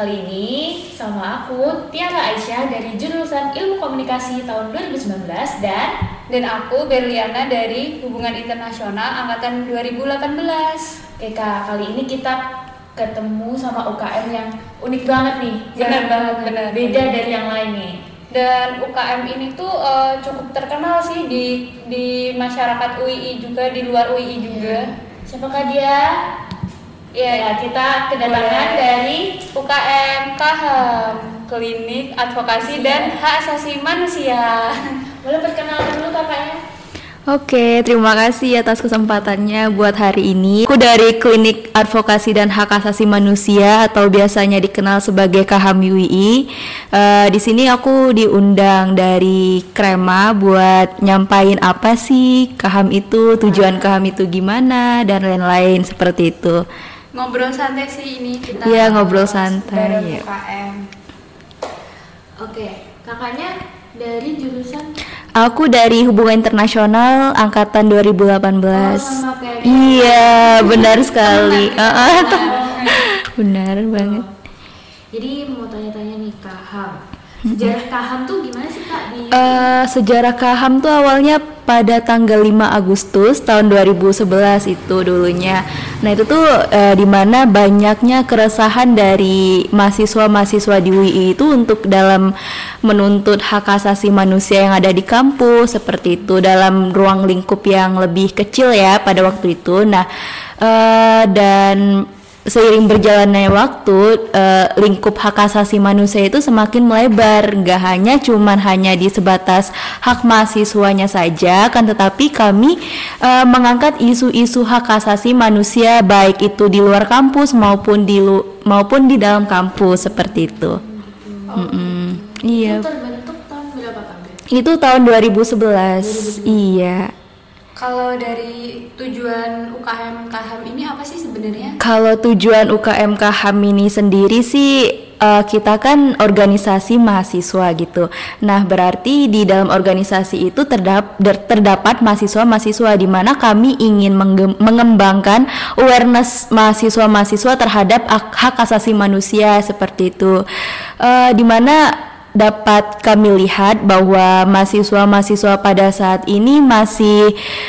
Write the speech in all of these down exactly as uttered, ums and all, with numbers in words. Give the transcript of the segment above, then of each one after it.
Kali ini sama aku Tiara Aisyah dari jurusan Ilmu Komunikasi tahun dua ribu sembilan belas dan dan aku Berliana dari Hubungan Internasional angkatan dua ribu delapan belas. Oke Kak, kali ini kita ketemu sama U K M yang unik banget nih. Benar banget, benar. Beda dari yang lain nih. Dan U K M ini tuh uh, cukup terkenal sih di di masyarakat U I I juga, di luar U I I juga. Siapakah dia? Ya, ya kita kedatangan boleh. dari U K M K H M, Klinik Advokasi dan Hak Asasi Manusia. Boleh perkenalan dulu kakaknya? Oke, terima kasih atas kesempatannya buat hari ini. Aku dari Klinik Advokasi dan Hak Asasi Manusia atau biasanya dikenal sebagai K H M U I I. Uh, di sini aku diundang dari Krema buat nyampain apa sih K H M itu, tujuan K H M itu gimana dan lain-lain seperti itu. Ngobrol santai sih ini kita. Iya, ngobrol santai. Ya. U K M. Oke, kakaknya dari jurusan? Aku dari Hubungan Internasional angkatan dua ribu delapan belas. Oh, sama kayak iya, benar sekali. Uh, benar banget. Oh. Jadi mau tanya-tanya nih K H M. Sejarah K H M tuh gimana sih Kak? Di... Uh, sejarah K H M tuh awalnya pada tanggal lima Agustus tahun dua ribu sebelas itu dulunya. Nah itu tuh uh, dimana banyaknya keresahan dari mahasiswa-mahasiswa di U I I itu untuk dalam menuntut hak asasi manusia yang ada di kampus seperti itu dalam ruang lingkup yang lebih kecil ya pada waktu itu. Nah uh, dan seiring berjalannya waktu, uh, lingkup hak asasi manusia itu semakin melebar, nggak hanya cuman hanya di sebatas hak mahasiswanya saja, kan tetapi kami uh, mengangkat isu-isu hak asasi manusia baik itu di luar kampus maupun di lu- maupun di dalam kampus seperti itu. Oh, mm-hmm. Iya. Itu terbentuk tahun berapa Kak? Itu tahun dua ribu sebelas. Iya. Kalau dari tujuan U K M K H M ini apa sih sebenarnya? Kalau tujuan U K M K H M ini sendiri sih uh, kita kan organisasi mahasiswa gitu. Nah berarti di dalam organisasi itu terdap- terdapat mahasiswa-mahasiswa di mana kami ingin mengge- mengembangkan awareness mahasiswa-mahasiswa terhadap hak asasi manusia seperti itu. Uh, di mana dapat kami lihat bahwa mahasiswa-mahasiswa pada saat ini masih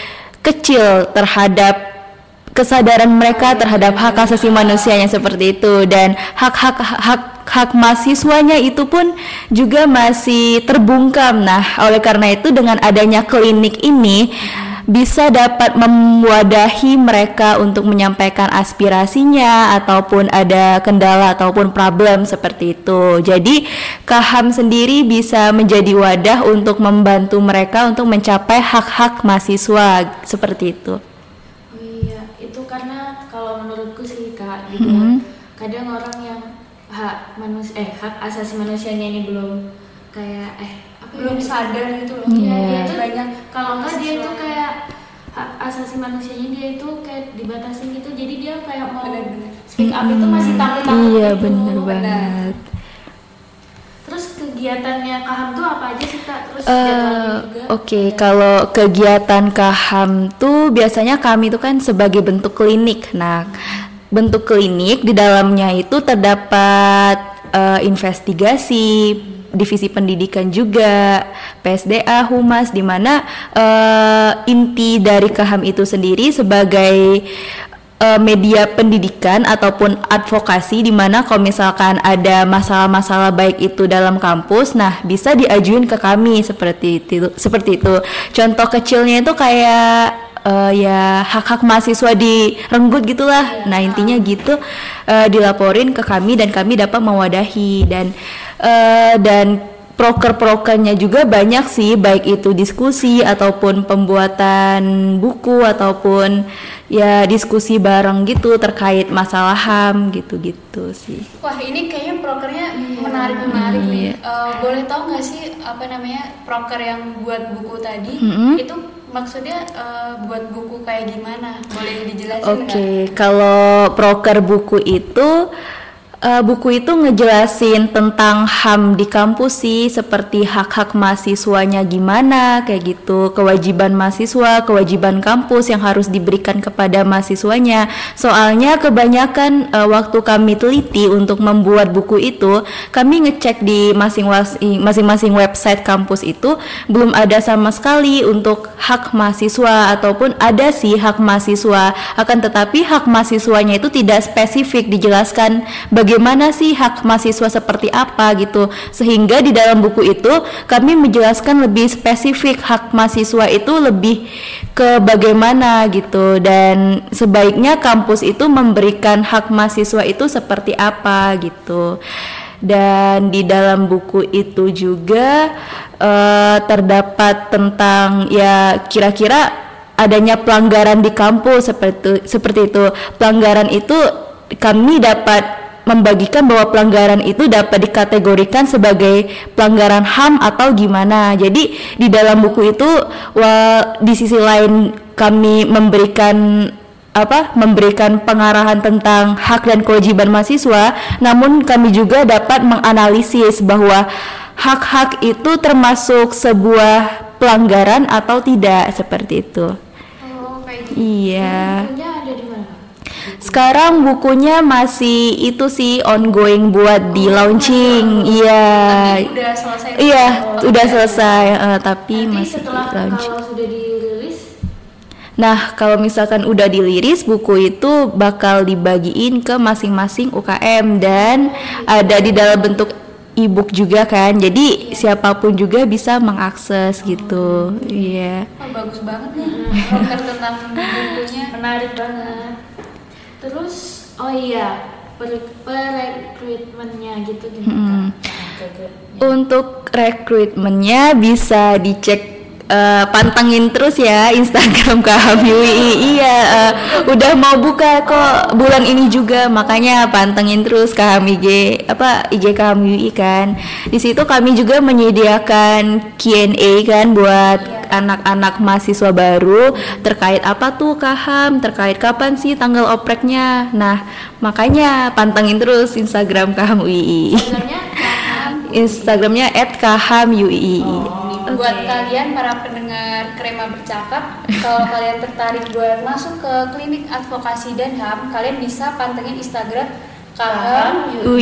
kecil terhadap kesadaran mereka terhadap hak asasi manusianya seperti itu, dan hak-hak hak hak mahasiswanya itu pun juga masih terbungkam. Nah, oleh karena itu dengan adanya klinik ini bisa dapat mewadahi mereka untuk menyampaikan aspirasinya ataupun ada kendala ataupun problem seperti itu. Jadi K H M sendiri bisa menjadi wadah untuk membantu mereka untuk mencapai hak-hak mahasiswa seperti itu. Oh iya, itu karena kalau menurutku sih Kak, gitu Mm-hmm. kadang orang yang hak manusia eh hak asasi manusianya ini belum kayak eh Belum sadar gitu loh. Iya, Yeah. dia tuh Banyak kalau nggak dia itu mahasiswa. kayak hak asasi manusianya dia itu kayak dibatasin gitu, jadi dia kayak mau Benar-benar. speak up itu masih takut-takut Iya, gitu. bener banget. Terus kegiatannya K H M tuh apa aja sih Kak? Terus Uh, jadwalnya juga? Oke, okay. Kalau kegiatan K H M tuh biasanya kami tuh kan sebagai bentuk klinik. Nah, bentuk klinik di dalamnya itu terdapat uh, investigasi, divisi pendidikan juga, P S D A, Humas, di mana uh, inti dari K H M itu sendiri sebagai uh, media pendidikan ataupun advokasi, di mana kalau misalkan ada masalah-masalah baik itu dalam kampus, nah bisa diajuin ke kami seperti itu. Seperti itu. Contoh kecilnya itu kayak Uh, ya hak-hak mahasiswa direnggut gitulah. Nah intinya gitu, uh, dilaporin ke kami dan kami dapat mewadahi, dan uh, dan proker-prokernya juga banyak sih, baik itu diskusi ataupun pembuatan buku ataupun ya diskusi bareng gitu terkait masalah H A M gitu-gitu sih. Wah ini kayaknya prokernya menarik-menarik Iya. nih. Uh, boleh tahu nggak sih apa namanya proker yang buat buku tadi? Mm-hmm. Itu maksudnya uh, buat buku kayak gimana? Boleh dijelasin Oke, nggak? okay. Kalau proker buku itu Uh, buku itu ngejelasin tentang H A M di kampus sih, seperti hak-hak mahasiswanya gimana, kayak gitu, kewajiban mahasiswa, kewajiban kampus yang harus diberikan kepada mahasiswanya. Soalnya kebanyakan uh, waktu kami teliti untuk membuat buku itu, kami ngecek di masing-masing masing-masing website kampus itu belum ada sama sekali untuk hak mahasiswa, ataupun ada sih hak mahasiswa, akan tetapi hak mahasiswanya itu tidak spesifik dijelaskan bagaimana sih hak mahasiswa seperti apa gitu, sehingga di dalam buku itu kami menjelaskan lebih spesifik hak mahasiswa itu lebih ke bagaimana gitu, dan sebaiknya kampus itu memberikan hak mahasiswa itu seperti apa gitu. Dan di dalam buku itu juga uh, terdapat tentang ya kira-kira adanya pelanggaran di kampus seperti seperti itu. Pelanggaran itu kami dapat membagikan bahwa pelanggaran itu dapat dikategorikan sebagai pelanggaran H A M atau gimana. Jadi di dalam buku itu wah, di sisi lain kami memberikan apa memberikan pengarahan tentang hak dan kewajiban mahasiswa, namun kami juga dapat menganalisis bahwa hak-hak itu termasuk sebuah pelanggaran atau tidak, seperti itu. Oh, kayak gitu. Iya. Bukunya ada di mana? Sekarang bukunya masih itu sih ongoing buat di launching. Iya. Tapi udah selesai. Iya, Oh, udah ya. selesai, uh, tapi Nanti masih setelah di launching. kalau sudah dirilis, Nah, kalau misalkan udah diliris, buku itu bakal dibagiin ke masing-masing U K M dan ada di dalam bentuk e-book juga kan. Jadi siapapun juga bisa mengakses gitu. Iya. Oh, bagus banget nih. Broker tentang bukunya. menarik banget. Terus, oh iya, per- perekrutmennya gitu Hmm. gimana? Kak? Rekrutmennya. Untuk rekrutmennya bisa dicek, eh, pantengin terus ya Instagram K H A M U I. Iya, eh, udah mau buka kok bulan ini juga, makanya pantengin terus K H A M I G apa I G K H A M U I kan. Di situ kami juga menyediakan Q and A kan buat anak-anak mahasiswa baru terkait apa tuh K H A M, terkait kapan sih tanggal opreknya. Nah, makanya pantengin terus Instagram K H A M U I. Sebenarnya paham. Instagramnya et k h a m u i. Buat kalian para pendengar Krema Bercakap, kalau kalian tertarik buat masuk ke klinik advokasi dan H A M, kalian bisa pantengin Instagram K H A M U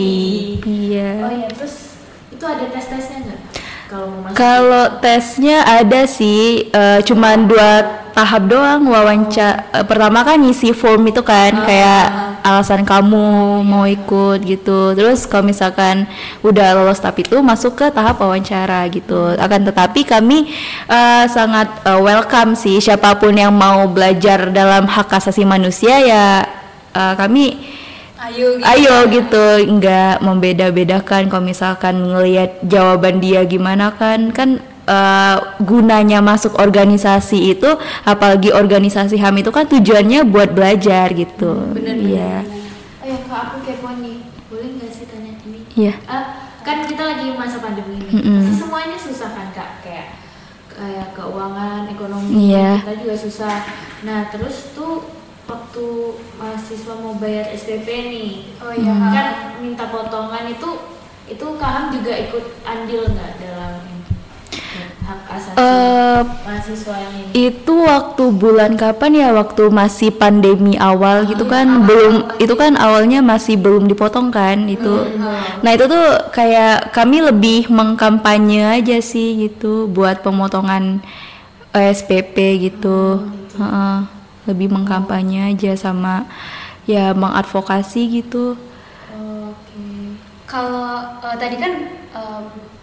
I. Iya. Oh iya, terus itu ada tes-tesnya nggak? Kalau mau masuk? Kalau tesnya ada sih, eh, cuman dua tahap doang wawancara. Eh, pertama kan ngisi form itu kan, kayak alasan kamu mau ikut gitu. Terus kalau misalkan udah lolos tahap itu, masuk ke tahap wawancara gitu. Akan tetapi kami eh, sangat eh, welcome sih siapapun yang mau belajar dalam hak asasi manusia ya, eh, kami Ayo gitu. ayo gitu, nggak membeda-bedakan. Kalau misalkan ngelihat jawaban dia gimana kan kan uh, gunanya masuk organisasi itu, apalagi organisasi H A M itu kan tujuannya buat belajar gitu. Bener-bener. Iya. Oh ya, Kak, aku kepo nih. Boleh nggak sih tanya ini? Iya. Ah, kan kita lagi masa pandemi ini. Mm-mm. Pasti semuanya susah kan, Kak? Kayak kayak keuangan, ekonomi, Iya. kita juga susah. Nah, terus tuh waktu mahasiswa mau bayar S P P nih, Oh iya. kan minta potongan itu, itu K H A M juga ikut andil nggak dalam ini? Hak asasi Eh, mahasiswa yang ini? itu waktu bulan kapan ya? Waktu masih pandemi awal gitu kan, belum itu kan awalnya masih belum dipotong kan itu. Nah itu tuh kayak kami lebih mengkampanye aja sih gitu buat pemotongan S P P gitu. Heeh. Lebih mengkampanye aja sama ya mengadvokasi gitu. Oke. Kalau eh, tadi kan em,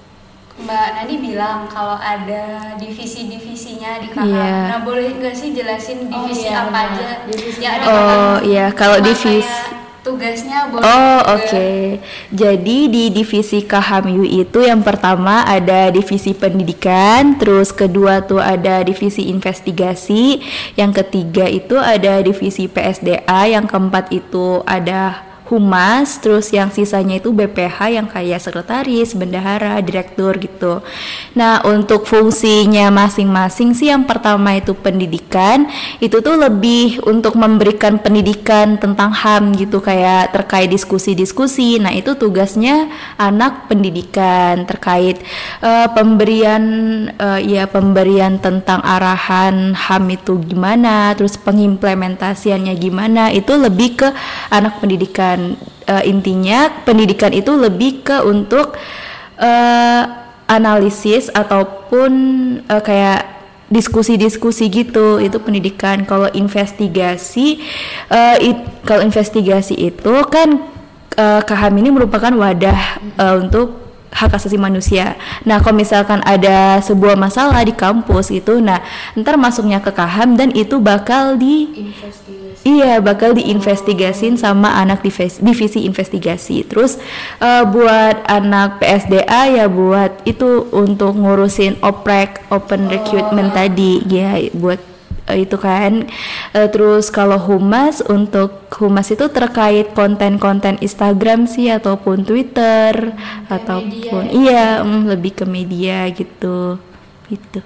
Mbak Nani bilang kalau ada divisi-divisinya di K H A M. Iya. Nah, boleh nggak sih jelasin Oh, divisi iya, apa benar. aja? Divisinya yang ada apa? di K H A M? Oh iya, kalau Sama divisi kayak tugasnya boleh Oh juga. oke, jadi di divisi K H A M U I itu yang pertama ada divisi pendidikan, terus kedua tuh ada divisi investigasi, yang ketiga itu ada divisi P S D A, yang keempat itu ada humas, terus yang sisanya itu B P H yang kayak sekretaris, bendahara, direktur gitu. Nah, untuk fungsinya masing-masing sih yang pertama itu pendidikan, itu tuh lebih untuk memberikan pendidikan tentang H A M gitu, kayak terkait diskusi-diskusi. Nah, itu tugasnya anak pendidikan terkait uh, pemberian uh, ya pemberian tentang arahan H A M itu gimana, terus pengimplementasiannya gimana, itu lebih ke anak pendidikan. Uh, intinya pendidikan itu lebih ke untuk uh, analisis ataupun uh, kayak diskusi-diskusi gitu, itu pendidikan. Kalau investigasi uh, it, kalau investigasi itu kan uh, K H A M ini merupakan wadah uh, untuk hak asasi manusia. Nah, kalau misalkan ada sebuah masalah di kampus itu, nah ntar masuknya ke K H A M dan itu bakal di Investigasi. Iya, bakal diinvestigasin sama anak divisi, divisi investigasi. Terus uh, buat anak P S D A ya buat itu untuk ngurusin oprek, open recruitment oh. tadi, ya buat uh, itu kan. Uh, terus kalau humas, untuk humas itu terkait konten-konten Instagram sih ataupun Twitter hmm, ataupun media, iya mm, lebih ke media gitu, gitu.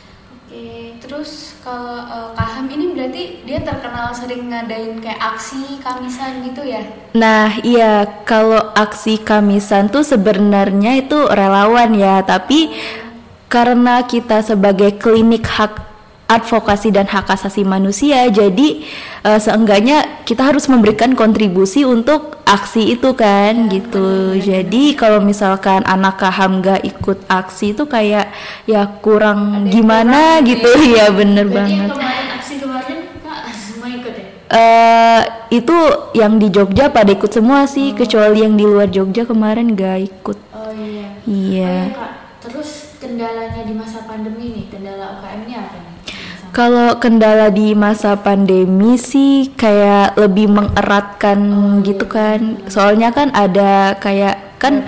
Oke, terus kalau uh, K H A M ini berarti dia terkenal sering ngadain kayak aksi kamisan gitu ya? Nah iya, kalau aksi kamisan tuh sebenarnya itu relawan ya, tapi karena kita sebagai klinik hak advokasi dan hak asasi manusia, jadi uh, seenggaknya kita harus memberikan kontribusi untuk aksi itu kan ya, gitu. Bener, jadi kalau misalkan anak K H A M gak ikut aksi itu kayak ya kurang ada gimana kurang gitu ya, bener berarti banget. Yang kemarin aksi kemarin Kak semua ikut ya? Uh, itu yang di Jogja pada ikut semua sih, oh. kecuali yang di luar Jogja kemarin gak ikut. Oh iya. Iya. Oh, iya Kak. Terus kendalanya di masa pandemi nih, kendala U K M-nya apa nih? Kalau kendala di masa pandemi sih kayak lebih mengeratkan oh, gitu kan. Soalnya kan ada kayak kan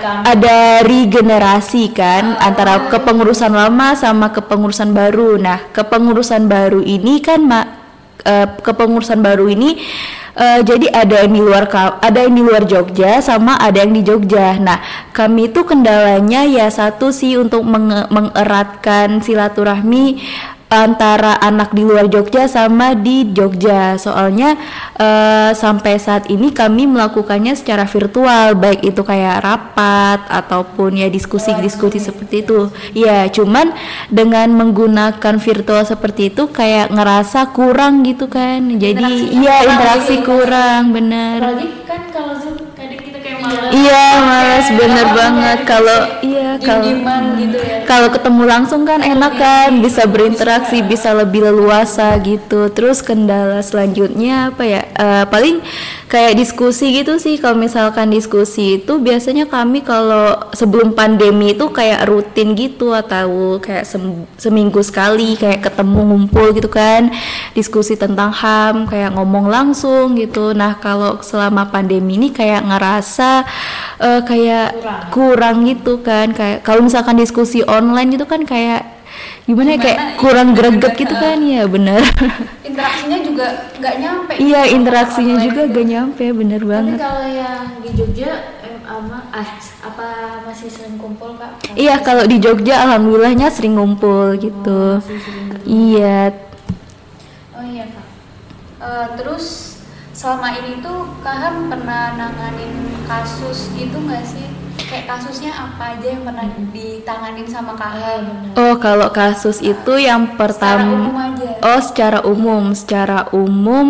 ada regenerasi kan oh, antara kepengurusan lama sama kepengurusan baru. Nah, kepengurusan baru ini kan ma- uh, kepengurusan baru ini Uh, jadi ada yang di luar ada yang di luar Jogja sama ada yang di Jogja. Nah, kami itu kendalanya ya satu sih untuk menge- mengeratkan silaturahmi antara anak di luar Jogja sama di Jogja. Soalnya uh, sampai saat ini kami melakukannya secara virtual, baik itu kayak rapat ataupun ya diskusi-diskusi seperti itu. Ya, cuman dengan menggunakan virtual seperti itu kayak ngerasa kurang gitu kan. Jadi iya interaksi kurang, bener. Apalagi kan kalau Zoom kadang kita kayak malas. Iya, malas bener banget. Kalau iya kalau gitu ya. Kalau ketemu langsung kan enak kan, bisa berinteraksi, bisa lebih leluasa gitu. Terus kendala selanjutnya apa ya? Uh, paling kayak diskusi gitu sih. Kalau misalkan diskusi itu biasanya kami kalau sebelum pandemi itu kayak rutin gitu atau kayak sem- seminggu sekali kayak ketemu ngumpul gitu kan, diskusi tentang H A M, kayak ngomong langsung gitu. Nah, kalau selama pandemi ini kayak ngerasa uh, kayak kurang. kurang gitu kan. Kayak kalau misalkan diskusi online itu kan kayak gimana, gimana ya kayak kurang greget gitu kan ya, bener. Interaksinya juga nggak nyampe. Iya, interaksinya juga gitu. Gak nyampe, bener Tapi banget. Tapi kalau yang di Jogja em, ama, ah, apa masih sering kumpul Kak? Masih iya, kalau di Jogja alhamdulillahnya sering ngumpul gitu. Oh, sering iya. Oh iya Kak. Uh, terus selama ini tuh K H A M pernah nanganin kasus gitu nggak sih? Kayak kasusnya apa aja yang pernah ditanganin sama K H A M? Oh, kalau kasus itu yang pertama. Secara umum aja. Oh, secara umum, secara umum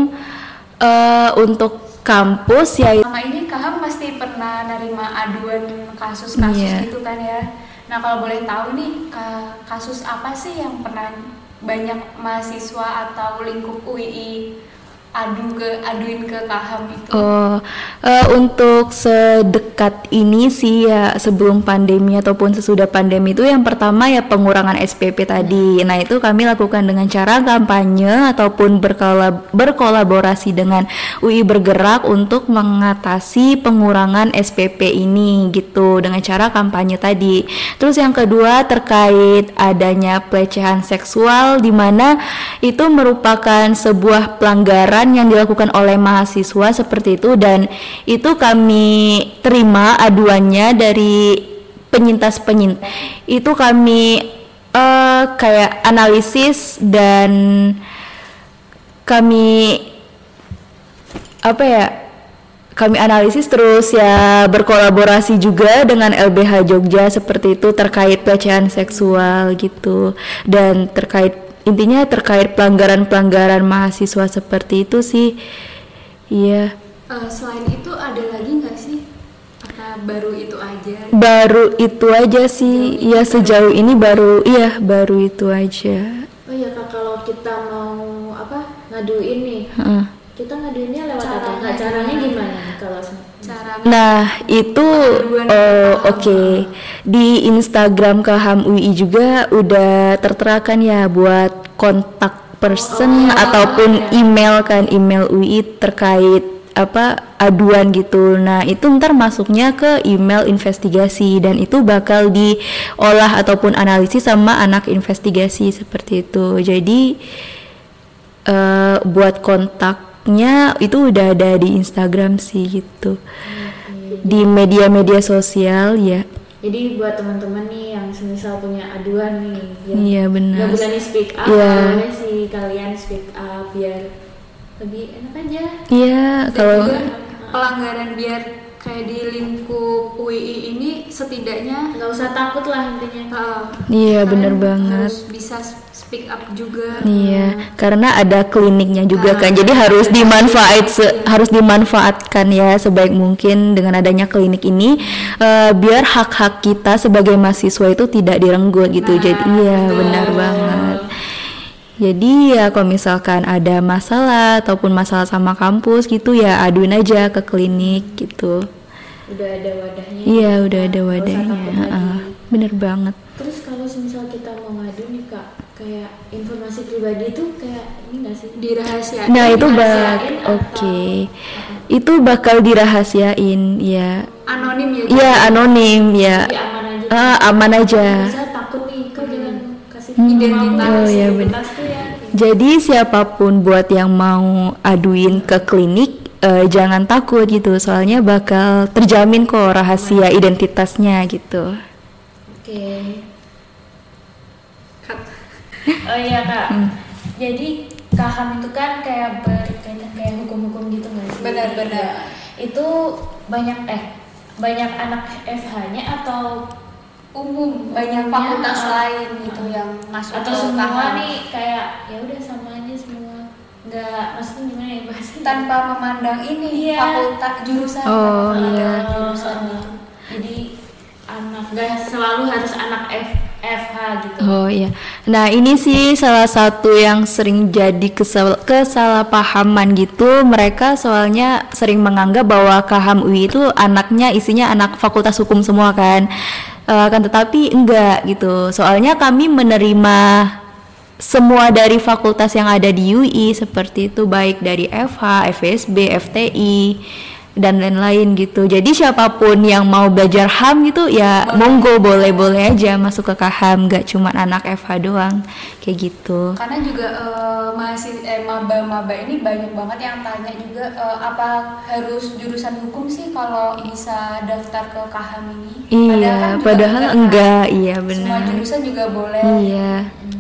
uh, untuk kampus ya. Selama ini K H A M pasti pernah nerima aduan kasus-kasus yeah. gitu kan ya. Nah, kalau boleh tahu nih, kasus apa sih yang pernah banyak mahasiswa atau lingkup U I I adu ke aduin ke K H A M itu? Oh, uh, untuk sedek terdekat ini sih ya sebelum pandemi ataupun sesudah pandemi itu yang pertama ya pengurangan S P P tadi. Nah itu kami lakukan dengan cara kampanye ataupun berkolab- berkolaborasi dengan U I Bergerak untuk mengatasi pengurangan S P P ini gitu dengan cara kampanye tadi. Terus yang kedua terkait adanya pelecehan seksual di mana itu merupakan sebuah pelanggaran yang dilakukan oleh mahasiswa seperti itu, dan itu kami terima aduannya dari penyintas-penyintas. Itu kami uh, kayak analisis dan kami apa ya? Kami analisis terus ya berkolaborasi juga dengan L B H Jogja seperti itu terkait pelecehan seksual gitu, dan terkait intinya terkait pelanggaran-pelanggaran mahasiswa seperti itu sih. Iya. Uh, selain itu ada lagi nggak sih? Apa baru itu aja? Baru itu aja sih. Ya sejauh ini baru iya baru itu aja. Oh iya Kak, kalau kita mau apa ngaduin nih, Heeh. kita ngaduinnya lewat Caranya apa? Nah, caranya gimana? gimana nih kalau Cara Nah itu Pengaduan oh, K H M. oke di Instagram K H M U I juga udah tertera kan ya buat kontak person Oh, oh, ataupun ada. email kan, email U I terkait apa aduan gitu. Nah itu ntar masuknya ke email investigasi dan itu bakal diolah ataupun analisis sama anak investigasi seperti itu. Jadi eh, buat kontaknya itu udah ada di Instagram sih gitu, di media-media sosial ya. Jadi buat teman-teman nih yang semisal punya aduan nih, yang Iya, benar. nggak berani speak up, Iya. boleh sih kalian speak up biar lebih enak aja. Iya Dan kalau juga pelanggaran biar kayak di lingkup U I I ini setidaknya Nggak usah takut lah intinya. uh, iya kalian bener banget. harus bisa speak up juga. Iya, karena ada kliniknya juga Ah, kan, jadi harus iya. dimanfaat se- Iya. harus dimanfaatkan ya sebaik mungkin dengan adanya klinik ini, eh, biar hak-hak kita sebagai mahasiswa itu tidak direnggut gitu. Nah, Jadi iya betul. benar banget. Jadi ya kalau misalkan ada masalah ataupun masalah sama kampus gitu ya aduin aja ke klinik gitu. Udah ada wadahnya. Iya udah ada Nggak usah wadahnya. takut lagi. Heeh, bener banget. Terus kalau semisal kita mau ngadu nih Kak, kayak informasi pribadi itu kayak ini nggak sih? Dirahasiain. Nah itu bak, dirahasiain atau oke, apa? itu bakal dirahasiain ya. Anonim ya. Iya anonim ya. Jadi aman aja. Ah, aman aja. Bisa takut nih, kau jangan kasih Hmm. identitas. Oh, iya, identitas tuh ya. Jadi siapapun buat yang mau aduin ke klinik, eh, jangan takut gitu, soalnya bakal terjamin kok rahasia identitasnya gitu. Oke. Cut. Oh iya Kak. Hmm. Jadi K H M itu kan kayak berkaitan kayak hukum-hukum gitu nggak sih? Benar-benar. Ya. Itu banyak eh banyak anak F H-nya atau Umum banyak Umumnya, fakultas uh, lain gitu yang masuk atau ke K H semua M. nih kayak ya udah sama aja semua, nggak maksudnya gimana ya bahasanya? Tanpa memandang ini Iya. fakultas jurusan Oh, kan, iya. ada jurusan gitu. Jadi anak nggak selalu harus anak F F H gitu. Oh iya. Nah ini sih salah satu yang sering jadi kesal kesalahpahaman gitu. Mereka soalnya sering menganggap bahwa K H M U I itu anaknya isinya anak fakultas hukum semua kan. Eh, kan tetapi enggak gitu. Soalnya kami menerima semua dari fakultas yang ada di U I seperti itu, baik dari F H, F S B, F T I dan lain-lain gitu. Jadi siapapun yang mau belajar H A M gitu ya monggo, boleh-boleh aja masuk ke K H M, nggak cuma anak F H doang kayak gitu. Karena juga eh, masih eh, maba-maba ini banyak banget yang tanya juga eh, apa harus jurusan hukum sih kalau bisa daftar ke K H M ini? Iya, kan juga padahal kan. enggak, iya Semua benar. jurusan juga boleh. Iya. Hmm.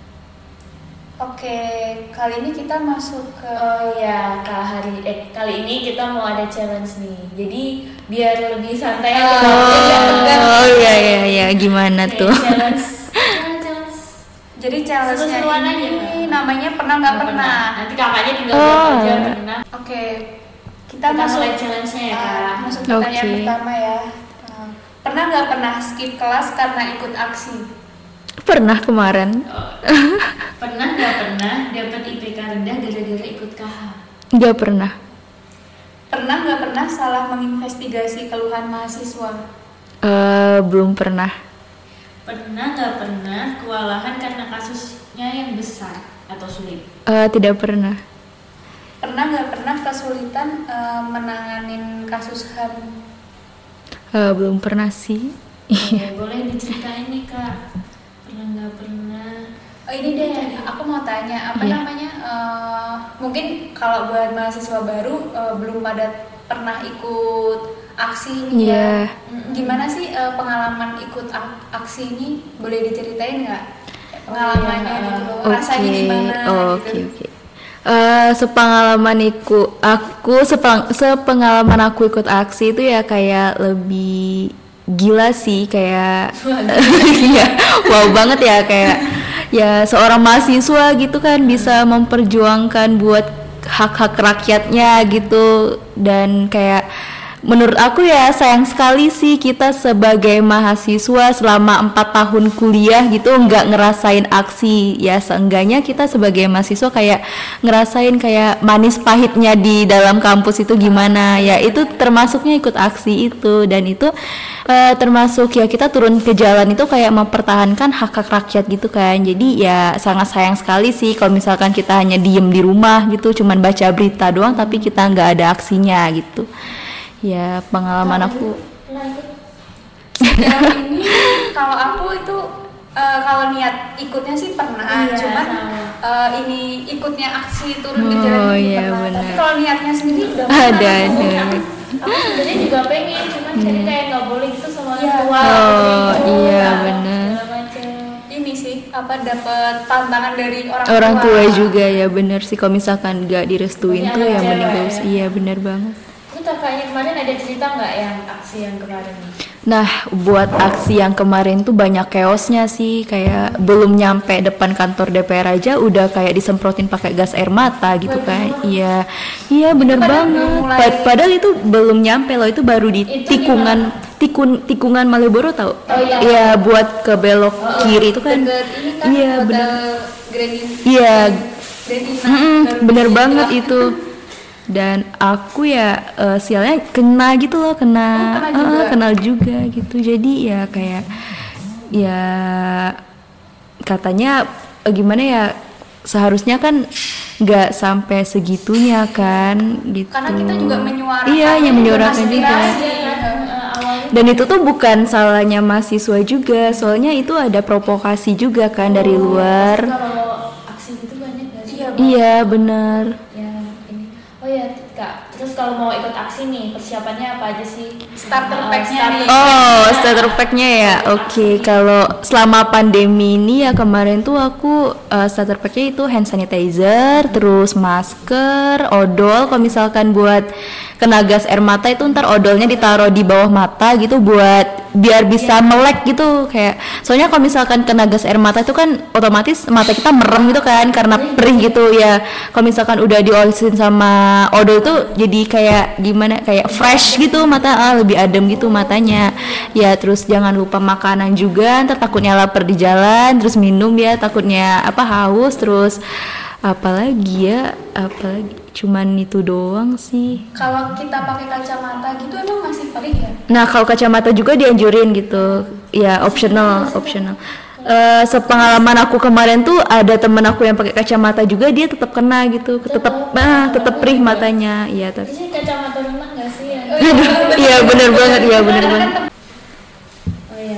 Oke, kali ini kita masuk ke Oh iya Kak, hari eh kali ini kita mau ada challenge nih. Jadi biar lebih santai aja. Oh, Biar nggak tegang. Oh iya iya iya, gimana Kayak tuh? Challenge. Ya, challenge. jadi challenge-nya Seru-seruan ini aja. namanya pernah nggak pernah. Nanti kakaknya tinggal Oh, jawab aja iya. pernah. Oke, kita, Kita masuk mulai challenge-nya ya ah, Kak. masuk pertanyaan Oke. pertama ya. Ah, pernah nggak pernah skip kelas karena ikut aksi? Pernah kemarin. Pernah nggak pernah dapat I P K rendah gara-gara ikut K H? Nggak pernah. Pernah pernah nggak pernah salah menginvestigasi keluhan mahasiswa? Eh, belum pernah. Pernah nggak pernah kewalahan karena kasusnya yang besar atau sulit? Eh, tidak pernah. Pernah nggak pernah kesulitan uh, menanganin kasus H A M? Eh, belum pernah sih. Boleh, boleh diceritain nih kak. Pernah nggak pernah? Oh, ini deh, aku mau tanya apa Iya. namanya? uh, mungkin kalau buat mahasiswa baru uh, belum pada pernah ikut aksi ini Iya. ya. Gimana sih uh, pengalaman ikut ak- aksi ini? Boleh diceritain nggak? Pengalamannya iya. gitu loh. Oke. Rasanya gimana? Oh, gitu. Oke, oke. Eh, sepengalamanku, aku sepeng, sepengalaman aku ikut aksi itu ya kayak lebih gila sih, kayak iya, wow banget ya, kayak ya seorang mahasiswa gitu kan bisa memperjuangkan buat hak-hak rakyatnya gitu. Dan kayak menurut aku ya sayang sekali sih kita sebagai mahasiswa selama empat tahun kuliah gitu nggak ngerasain aksi. Ya seenggaknya kita sebagai mahasiswa kayak ngerasain kayak manis pahitnya di dalam kampus itu gimana. Ya itu termasuknya ikut aksi itu. Dan itu eh, termasuk ya kita turun ke jalan itu kayak mempertahankan hak-hak rakyat gitu kan. Jadi ya sangat sayang sekali sih kalau misalkan kita hanya diem di rumah gitu, cuman baca berita doang tapi kita nggak ada aksinya gitu. Ya pengalaman aku. Pernah ikut? Yang ini kalau aku itu uh, kalau niat ikutnya sih pernah, Iya, cuman sama. uh, ini ikutnya aksi turun ke Oh, jalan itu iya, pernah. benar. Tapi kalau niatnya sendiri udah Ada, pernah. ada. Aku sebenarnya juga pengen, cuman jadi kayak nggak boleh gitu sama orang Iya. tua. Oh, gitu. iya, benar. Segala macem. Ini sih apa dapat tantangan dari orang, Orang tua juga ya bener sih, kalau misalkan nggak direstuin Punya tuh anak ya mending cewek gak usah. ya. Iya bener banget. Itu kakaknya kemarin ada cerita nggak yang aksi yang kemarin? Nah, buat aksi yang kemarin tuh banyak chaosnya sih, kayak belum nyampe depan kantor D P R aja udah kayak disemprotin pakai gas air mata gitu kan. Iya, iya bener padahal banget. belum mulai- Pa- Padahal itu belum nyampe loh, itu baru di Itu tikungan tikun tikungan Malioboro tau? Oh, iya. Iya, buat ke belok kiri itu kan. Deket ini kan Iya hotel bener. Grand In- Iya. Grand Ina, Mm-mm, baru bener di- banget itu. Dan aku ya eh, sialnya kena gitu loh, kena, Oh, kena eh, juga? kenal juga gitu. Jadi ya kayak ya katanya eh, gimana ya, seharusnya kan nggak sampai segitunya kan gitu. Karena kita juga menyuarakan. Iya, yang menyuarakan juga. aspirasi. Iya kan, eh, awalnya Dan itu tuh bukan salahnya mahasiswa juga, soalnya itu ada provokasi juga kan dari luar. kalau aksi gitu banyak nggak sih? Iya, Iya bener. Ya ini. Oh ya kak, terus kalau mau ikut aksi nih persiapannya apa aja sih? Starter Eh, pack-nya starter nih. Oh, pack-nya. starter pack-nya ya. Oke, kalau selama pandemi ini ya kemarin tuh aku uh, starter pack-nya itu hand sanitizer, terus masker, odol. Kalau misalkan buat kena gas air mata itu ntar odolnya ditaruh di bawah mata gitu buat biar bisa melek gitu kayak. Soalnya kalau misalkan kena gas air mata itu kan otomatis mata kita merem gitu kan karena perih gitu ya. Kalau misalkan udah diolesin sama odol itu jadi kayak gimana, kayak fresh gitu mata, ah, lebih adem gitu matanya ya. Terus jangan lupa makanan juga, ntar takutnya lapar di jalan, terus minum ya takutnya apa haus. Terus apalagi ya, apalagi cuman itu doang sih. Kalau kita pakai kacamata gitu emang masih perih ya? Nah kalau kacamata juga dianjurin gitu ya, optional optional. Eh, sepengalaman aku kemarin tuh ada temen aku yang pakai kacamata juga, dia tetap kena gitu, tetap ah tetap perih matanya. Iya tapi Ini kacamata renang nggak sih ya? iya bener banget, iya bener banget. Oh iya.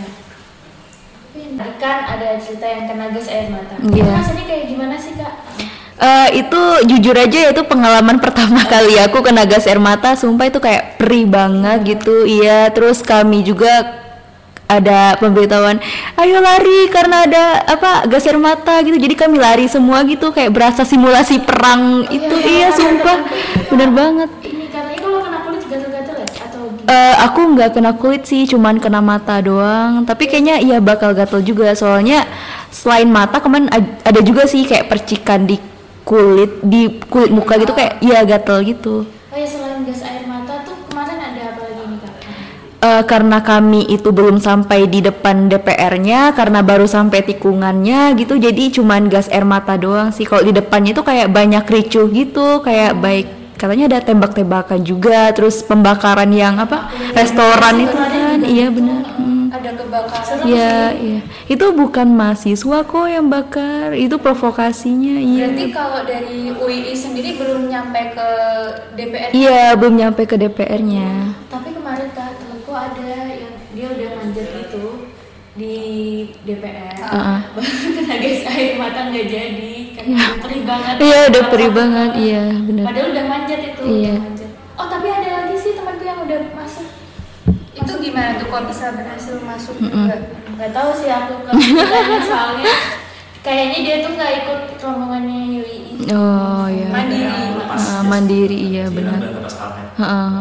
Tadi kan ada cerita yang kena gas air mata. Iya. Itu rasanya kayak gimana sih kak? Eh, itu jujur aja ya, itu pengalaman pertama kali aku kena gas air mata, sumpah itu kayak perih banget gitu. Iya, terus kami juga ada pemberitahuan, ayo lari karena ada apa gas air mata gitu. Jadi kami lari semua gitu, kayak berasa simulasi perang itu. Iya, sumpah, bener banget. Ini katanya kalau kena kulit gatal-gatal ya? Atau Eh, aku nggak kena kulit sih, cuman kena mata doang. Tapi kayaknya iya bakal gatel juga, soalnya selain mata kemarin ad- ada juga sih kayak percikan di kulit, di kulit muka gitu, kayak iya gatel gitu. oh ya selain gas air mata tuh kemarin ada apa lagi nih kak? Eh, karena kami itu belum sampai di depan D P R-nya, karena baru sampai tikungannya gitu, jadi cuman gas air mata doang sih. Kalau di depannya itu kayak banyak ricuh gitu, kayak baik katanya ada tembak-tembakan juga, terus pembakaran yang apa restoran itu kan, iya benar. Hmm. Ada kebakaran. Iya, iya. Itu bukan mahasiswa kok yang bakar, itu provokasinya. Iya. Berarti kalau dari U I I sendiri belum nyampe ke D P R? Iya, belum nyampe ke D P R-nya. Tapi kemarin kak temanku ada yang dia udah manjat gitu di D P R, Uh-uh. bahkan kena gas air mata nggak jadi, kan udah perih banget. Iya, udah perih banget, iya benar. Padahal udah manjat itu. Iya. Udah manjat. Oh tapi ada lagi sih temanku yang udah masuk. Itu gimana tuh kok bisa berhasil masuk Mm-mm. juga? Nggak tahu sih aku kebetulan soalnya kayaknya dia tuh nggak ikut rombongannya U I I. Oh iya. Mandiri. Ah, mandiri, iya benar. Heeh.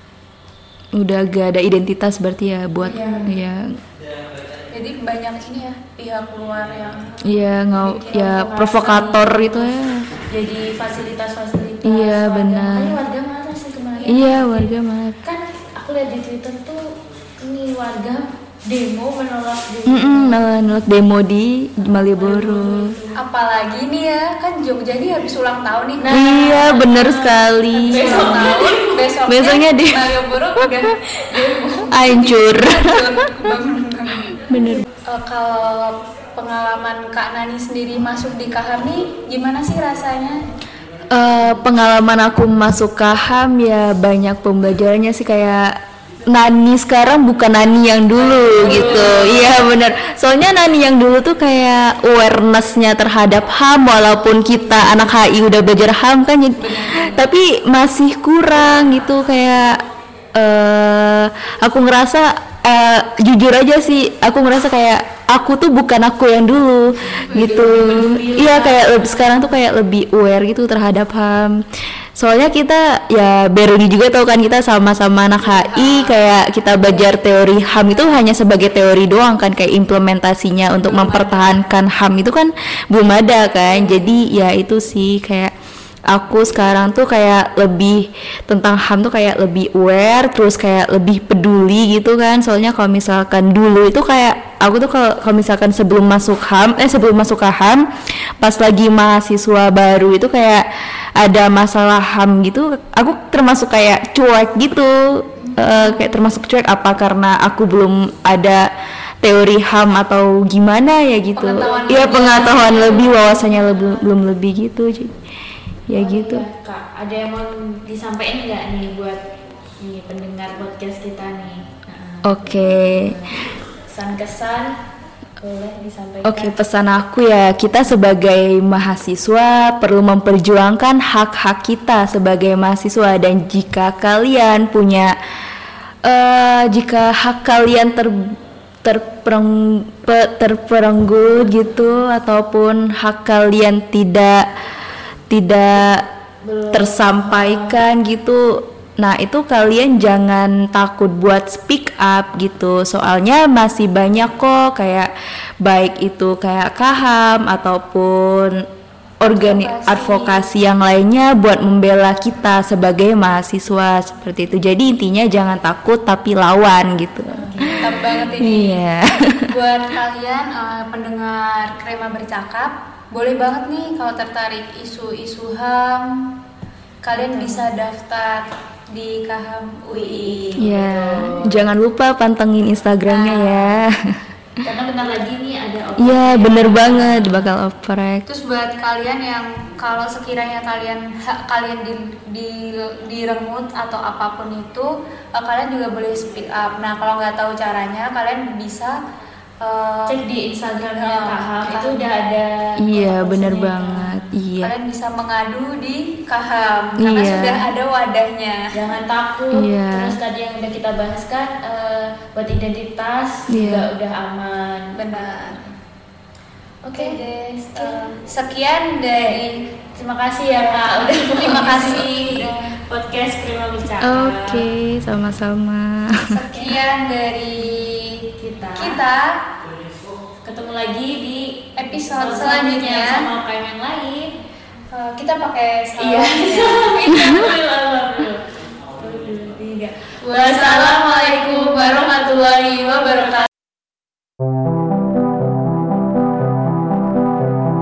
Udah gak ada identitas berarti ya buat Iya. ya. Jadi banyak ini ya pihak luar yang Iya, nggak Bikin ya provokasi. provokator itu ya. Jadi fasilitas-fasilitas. Iya, warga. benar. Makanya warga marah sih kemarin. Iya, warga marah. Kan aku lihat di Twitter tuh ini warga demo menolak demo. Mm-mm, menolak demo di Malioboro. apalagi nih ya kan Jogja ini habis ulang tahun nih. Nah, Iya, bener sekali. Besok tahun, besoknya, Besoknya di- Malioboro udah demo. Hancur. Bangun-bangun. Bener. Eh, kalau pengalaman Kak Nani sendiri masuk di Kaham nih gimana sih rasanya? Eh, pengalaman aku masuk K H A M ya banyak pembelajarannya sih, kayak Nani sekarang bukan Nani yang dulu gitu. Iya bener. Soalnya Nani yang dulu tuh kayak awareness-nya terhadap H A M, walaupun kita anak H I udah belajar H A M kan, jadi, tapi masih kurang gitu. Kayak eh aku ngerasa eh, jujur aja sih, aku ngerasa kayak aku tuh bukan aku yang dulu gitu. Iya kayak leb- sekarang tuh kayak lebih aware gitu terhadap H A M. Soalnya kita ya Berli juga tahu kan, kita sama-sama anak H I, kayak kita belajar teori H A M itu hanya sebagai teori doang kan, kayak implementasinya untuk mempertahankan H A M itu kan belum ada kan. Jadi ya itu sih, kayak aku sekarang tuh kayak lebih tentang H A M tuh kayak lebih aware, terus kayak lebih peduli gitu kan. Soalnya kalau misalkan dulu itu kayak aku tuh kalau kalau misalkan sebelum masuk H A M eh sebelum masuk ke H A M, pas lagi mahasiswa baru itu kayak ada masalah H A M gitu, aku termasuk kayak cuek gitu. Eh, kayak termasuk cuek apa karena aku belum ada teori H A M atau gimana ya gitu. Pengetahuan Iya, lebih. pengetahuan lebih, wawasannya lebih, belum lebih gitu. Jadi ya Oh gitu. iya, Kak, ada yang mau disampaikan nggak nih buat nih pendengar podcast kita nih? Nah, Oke. kesan-kesan boleh disampaikan. Oke, pesan aku ya, kita sebagai mahasiswa perlu memperjuangkan hak-hak kita sebagai mahasiswa. Dan jika kalian punya eh jika hak kalian ter terpereng, pe- terperenggut gitu, ataupun hak kalian tidak tidak Belum. tersampaikan gitu, nah itu kalian jangan takut buat speak up gitu. Soalnya masih banyak kok, kayak baik itu kayak K H A M ataupun organi Advokasi. advokasi yang lainnya buat membela kita sebagai mahasiswa seperti itu. Jadi intinya jangan takut tapi lawan gitu. Mantap banget ini. Iya. Buat kalian eh, pendengar Krema Bercakap, boleh banget nih kalau tertarik isu-isu H A M, kalian bisa daftar di K H A M U I I. Ya, jangan lupa pantengin Instagramnya ya. Karena bentar lagi nih ada open. Iya, bener banget bakal oprek. Terus buat kalian yang kalau sekiranya kalian hak kalian di, di, direnggut atau apapun itu, eh, kalian juga boleh speak up. Nah kalau nggak tahu caranya, kalian bisa eh, Cek di Instagramnya Nah, Kak Ham, itu Kak. udah ada. Iya, bener posnya. banget. Iya. kalian bisa mengadu di K H A M karena Iya. sudah ada wadahnya. Jangan takut. Iya. Terus tadi yang udah kita bahas kan eh, buat identitas Iya. juga udah aman. Benar. Oke deh. Eh, sekian dari Terima kasih ya Kak udah Terima mau kasih. ngisi podcast Krema Bercakap. Oke, sama-sama. sekian dari Kita. kita Ketemu lagi di episode selanjutnya. sama U K M yang lain. Eh, kita pakai Iya. salam. Wassalamualaikum warahmatullahi wabarakatuh.